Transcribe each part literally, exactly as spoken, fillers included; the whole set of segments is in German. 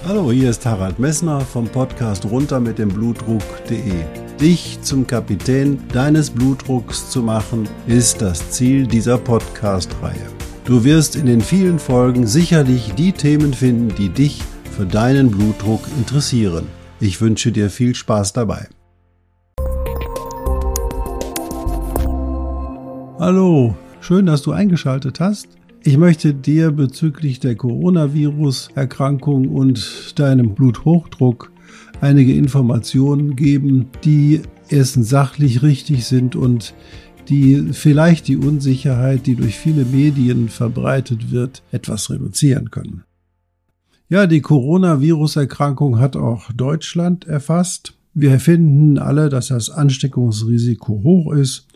Hallo, hier ist Harald Messner vom Podcast runter mit dem Blutdruck punkt de. Dich zum Kapitän deines Blutdrucks zu machen, ist das Ziel dieser Podcast-Reihe. Du wirst in den vielen Folgen sicherlich die Themen finden, die dich für deinen Blutdruck interessieren. Ich wünsche dir viel Spaß dabei. Hallo, schön, dass du eingeschaltet hast. Ich möchte dir bezüglich der Coronavirus-Erkrankung und deinem Bluthochdruck einige Informationen geben, die erstens sachlich richtig sind und die vielleicht die Unsicherheit, die durch viele Medien verbreitet wird, etwas reduzieren können. Ja, die Coronavirus-Erkrankung hat auch Deutschland erfasst. Wir finden alle, dass das Ansteckungsrisiko hoch ist.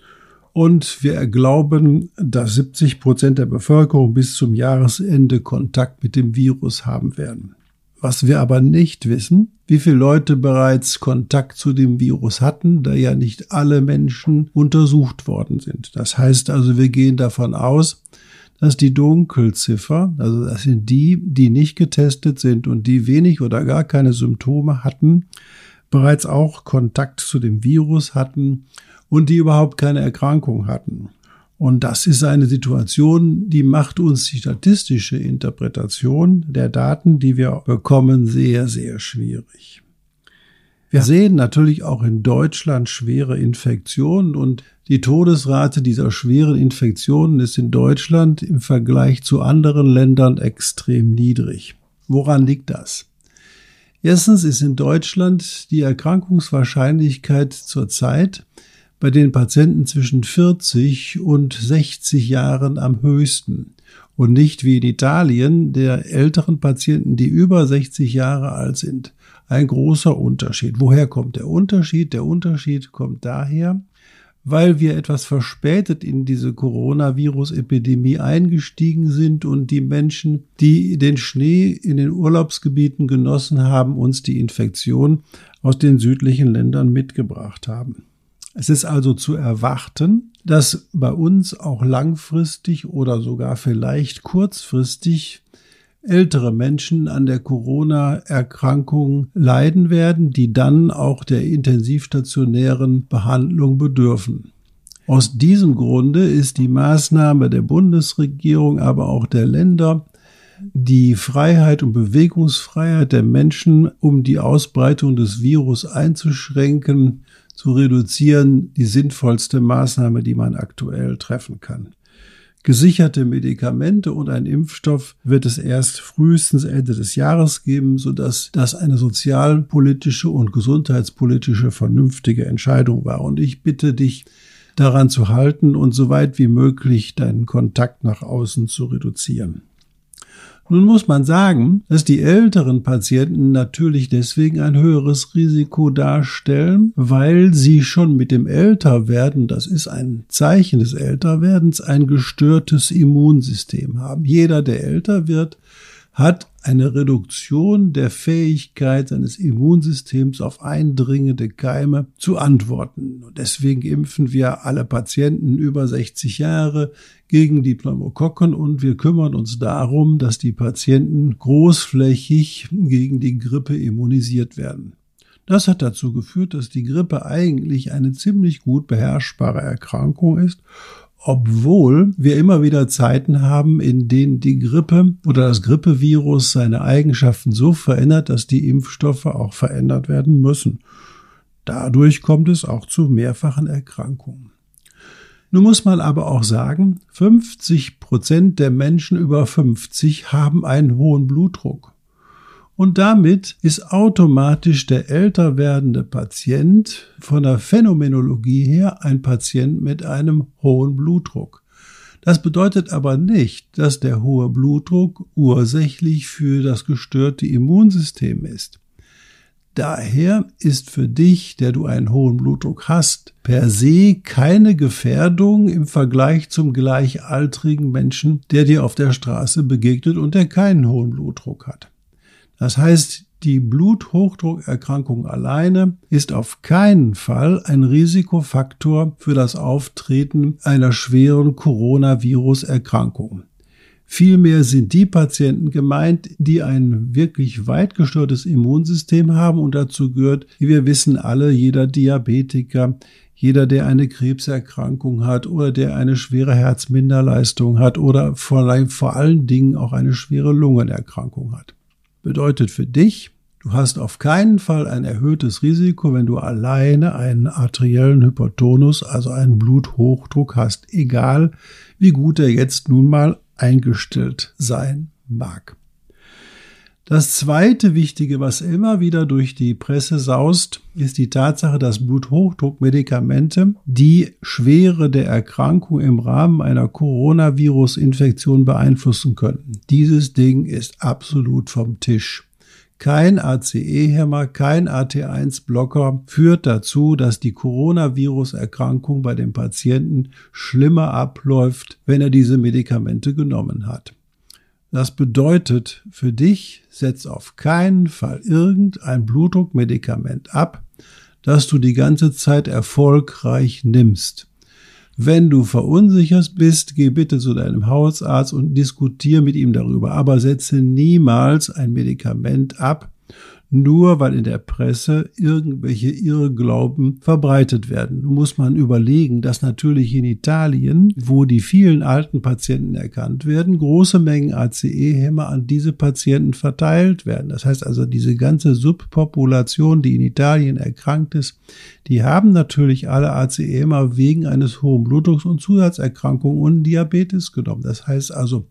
Und wir glauben, dass siebzig Prozent der Bevölkerung bis zum Jahresende Kontakt mit dem Virus haben werden. Was wir aber nicht wissen, wie viele Leute bereits Kontakt zu dem Virus hatten, da ja nicht alle Menschen untersucht worden sind. Das heißt also, wir gehen davon aus, dass die Dunkelziffer, also das sind die, die nicht getestet sind und die wenig oder gar keine Symptome hatten, bereits auch Kontakt zu dem Virus hatten und die überhaupt keine Erkrankung hatten. Und das ist eine Situation, die macht uns die statistische Interpretation der Daten, die wir bekommen, sehr, sehr schwierig. Wir sehen natürlich auch in Deutschland schwere Infektionen und die Todesrate dieser schweren Infektionen ist in Deutschland im Vergleich zu anderen Ländern extrem niedrig. Woran liegt das? Erstens ist in Deutschland die Erkrankungswahrscheinlichkeit zurzeit bei den Patienten zwischen vierzig und sechzig Jahren am höchsten und nicht wie in Italien der älteren Patienten, die über sechzig Jahre alt sind. Ein großer Unterschied. Woher kommt der Unterschied? Der Unterschied kommt daher, weil wir etwas verspätet in diese Coronavirus-Epidemie eingestiegen sind und die Menschen, die den Schnee in den Urlaubsgebieten genossen haben, uns die Infektion aus den südlichen Ländern mitgebracht haben. Es ist also zu erwarten, dass bei uns auch langfristig oder sogar vielleicht kurzfristig ältere Menschen an der Corona-Erkrankung leiden werden, die dann auch der intensivstationären Behandlung bedürfen. Aus diesem Grunde ist die Maßnahme der Bundesregierung, aber auch der Länder, die Freiheit und Bewegungsfreiheit der Menschen, um die Ausbreitung des Virus einzuschränken, zu reduzieren, die sinnvollste Maßnahme, die man aktuell treffen kann. Gesicherte Medikamente und ein Impfstoff wird es erst frühestens Ende des Jahres geben, sodass das eine sozialpolitische und gesundheitspolitische vernünftige Entscheidung war. Und ich bitte dich, daran zu halten und so weit wie möglich deinen Kontakt nach außen zu reduzieren. Nun muss man sagen, dass die älteren Patienten natürlich deswegen ein höheres Risiko darstellen, weil sie schon mit dem Älterwerden, das ist ein Zeichen des Älterwerdens, ein gestörtes Immunsystem haben. Jeder, der älter wird, hat eine Reduktion der Fähigkeit seines Immunsystems auf eindringende Keime zu antworten. Und deswegen impfen wir alle Patienten über sechzig Jahre gegen die Pneumokokken und wir kümmern uns darum, dass die Patienten großflächig gegen die Grippe immunisiert werden. Das hat dazu geführt, dass die Grippe eigentlich eine ziemlich gut beherrschbare Erkrankung ist, obwohl wir immer wieder Zeiten haben, in denen die Grippe oder das Grippevirus seine Eigenschaften so verändert, dass die Impfstoffe auch verändert werden müssen. Dadurch kommt es auch zu mehrfachen Erkrankungen. Nun muss man aber auch sagen, fünfzig Prozent der Menschen über fünfzig haben einen hohen Blutdruck. Und damit ist automatisch der älter werdende Patient von der Phänomenologie her ein Patient mit einem hohen Blutdruck. Das bedeutet aber nicht, dass der hohe Blutdruck ursächlich für das gestörte Immunsystem ist. Daher ist für dich, der du einen hohen Blutdruck hast, per se keine Gefährdung im Vergleich zum gleichaltrigen Menschen, der dir auf der Straße begegnet und der keinen hohen Blutdruck hat. Das heißt, die Bluthochdruckerkrankung alleine ist auf keinen Fall ein Risikofaktor für das Auftreten einer schweren Coronavirus-Erkrankung. Vielmehr sind die Patienten gemeint, die ein wirklich weit gestörtes Immunsystem haben, und dazu gehört, wie wir wissen alle, jeder Diabetiker, jeder, der eine Krebserkrankung hat oder der eine schwere Herzminderleistung hat oder vor, vor allen Dingen auch eine schwere Lungenerkrankung hat. Bedeutet für dich, du hast auf keinen Fall ein erhöhtes Risiko, wenn du alleine einen arteriellen Hypertonus, also einen Bluthochdruck hast, egal wie gut er jetzt nun mal eingestellt sein mag. Das zweite Wichtige, was immer wieder durch die Presse saust, ist die Tatsache, dass Bluthochdruckmedikamente die Schwere der Erkrankung im Rahmen einer Coronavirus-Infektion beeinflussen könnten. Dieses Ding ist absolut vom Tisch. Kein A C E-Hemmer, kein A T eins Blocker führt dazu, dass die Coronavirus-Erkrankung bei dem Patienten schlimmer abläuft, wenn er diese Medikamente genommen hat. Das bedeutet für dich, setz auf keinen Fall irgendein Blutdruckmedikament ab, das du die ganze Zeit erfolgreich nimmst. Wenn du verunsichert bist, geh bitte zu deinem Hausarzt und diskutiere mit ihm darüber, aber setze niemals ein Medikament ab, nur weil in der Presse irgendwelche Irrglauben verbreitet werden. Nun muss man überlegen, dass natürlich in Italien, wo die vielen alten Patienten erkannt werden, große Mengen A C E-Hämmer an diese Patienten verteilt werden. Das heißt also, diese ganze Subpopulation, die in Italien erkrankt ist, die haben natürlich alle A C E-Hämmer wegen eines hohen Blutdrucks und Zusatzerkrankungen und Diabetes genommen. Das heißt also,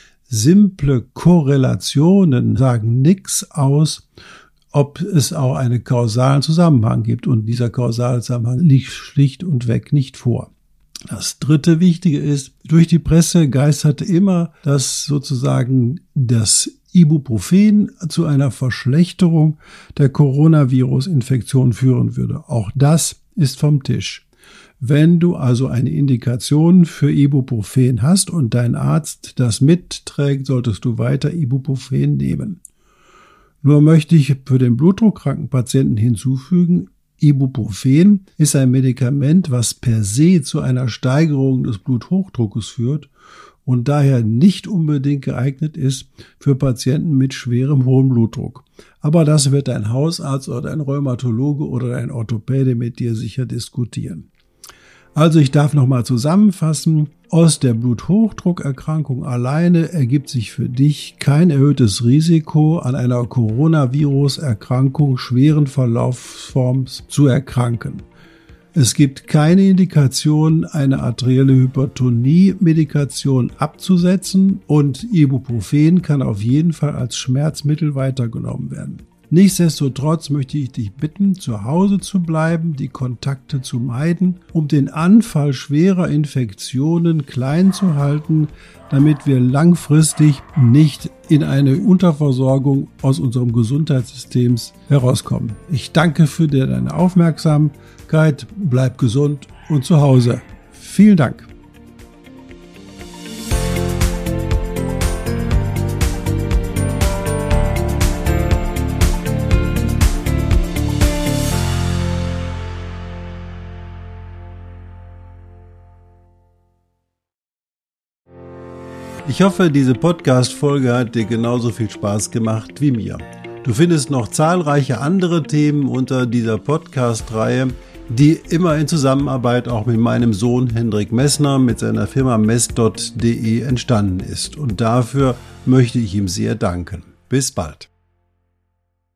simple Korrelationen sagen nichts aus, ob es auch einen kausalen Zusammenhang gibt. Und dieser kausale Zusammenhang liegt schlicht und weg nicht vor. Das dritte Wichtige ist, durch die Presse geisterte immer, dass sozusagen das Ibuprofen zu einer Verschlechterung der Coronavirus-Infektion führen würde. Auch das ist vom Tisch. Wenn du also eine Indikation für Ibuprofen hast und dein Arzt das mitträgt, solltest du weiter Ibuprofen nehmen. Nur möchte ich für den blutdruckkranken Patienten hinzufügen, Ibuprofen ist ein Medikament, was per se zu einer Steigerung des Bluthochdruckes führt und daher nicht unbedingt geeignet ist für Patienten mit schwerem hohem Blutdruck. Aber das wird dein Hausarzt oder dein Rheumatologe oder dein Orthopäde mit dir sicher diskutieren. Also ich darf nochmal zusammenfassen, aus der Bluthochdruckerkrankung alleine ergibt sich für dich kein erhöhtes Risiko, an einer Coronavirus-Erkrankung schweren Verlaufsforms zu erkranken. Es gibt keine Indikation, eine arterielle Hypertonie-Medikation abzusetzen und Ibuprofen kann auf jeden Fall als Schmerzmittel weitergenommen werden. Nichtsdestotrotz möchte ich dich bitten, zu Hause zu bleiben, die Kontakte zu meiden, um den Anfall schwerer Infektionen klein zu halten, damit wir langfristig nicht in eine Unterversorgung aus unserem Gesundheitssystem herauskommen. Ich danke für deine Aufmerksamkeit, bleib gesund und zu Hause. Vielen Dank. Ich hoffe, diese Podcast-Folge hat dir genauso viel Spaß gemacht wie mir. Du findest noch zahlreiche andere Themen unter dieser Podcast-Reihe, die immer in Zusammenarbeit auch mit meinem Sohn Hendrik Messner mit seiner Firma mess punkt de entstanden ist. Und dafür möchte ich ihm sehr danken. Bis bald.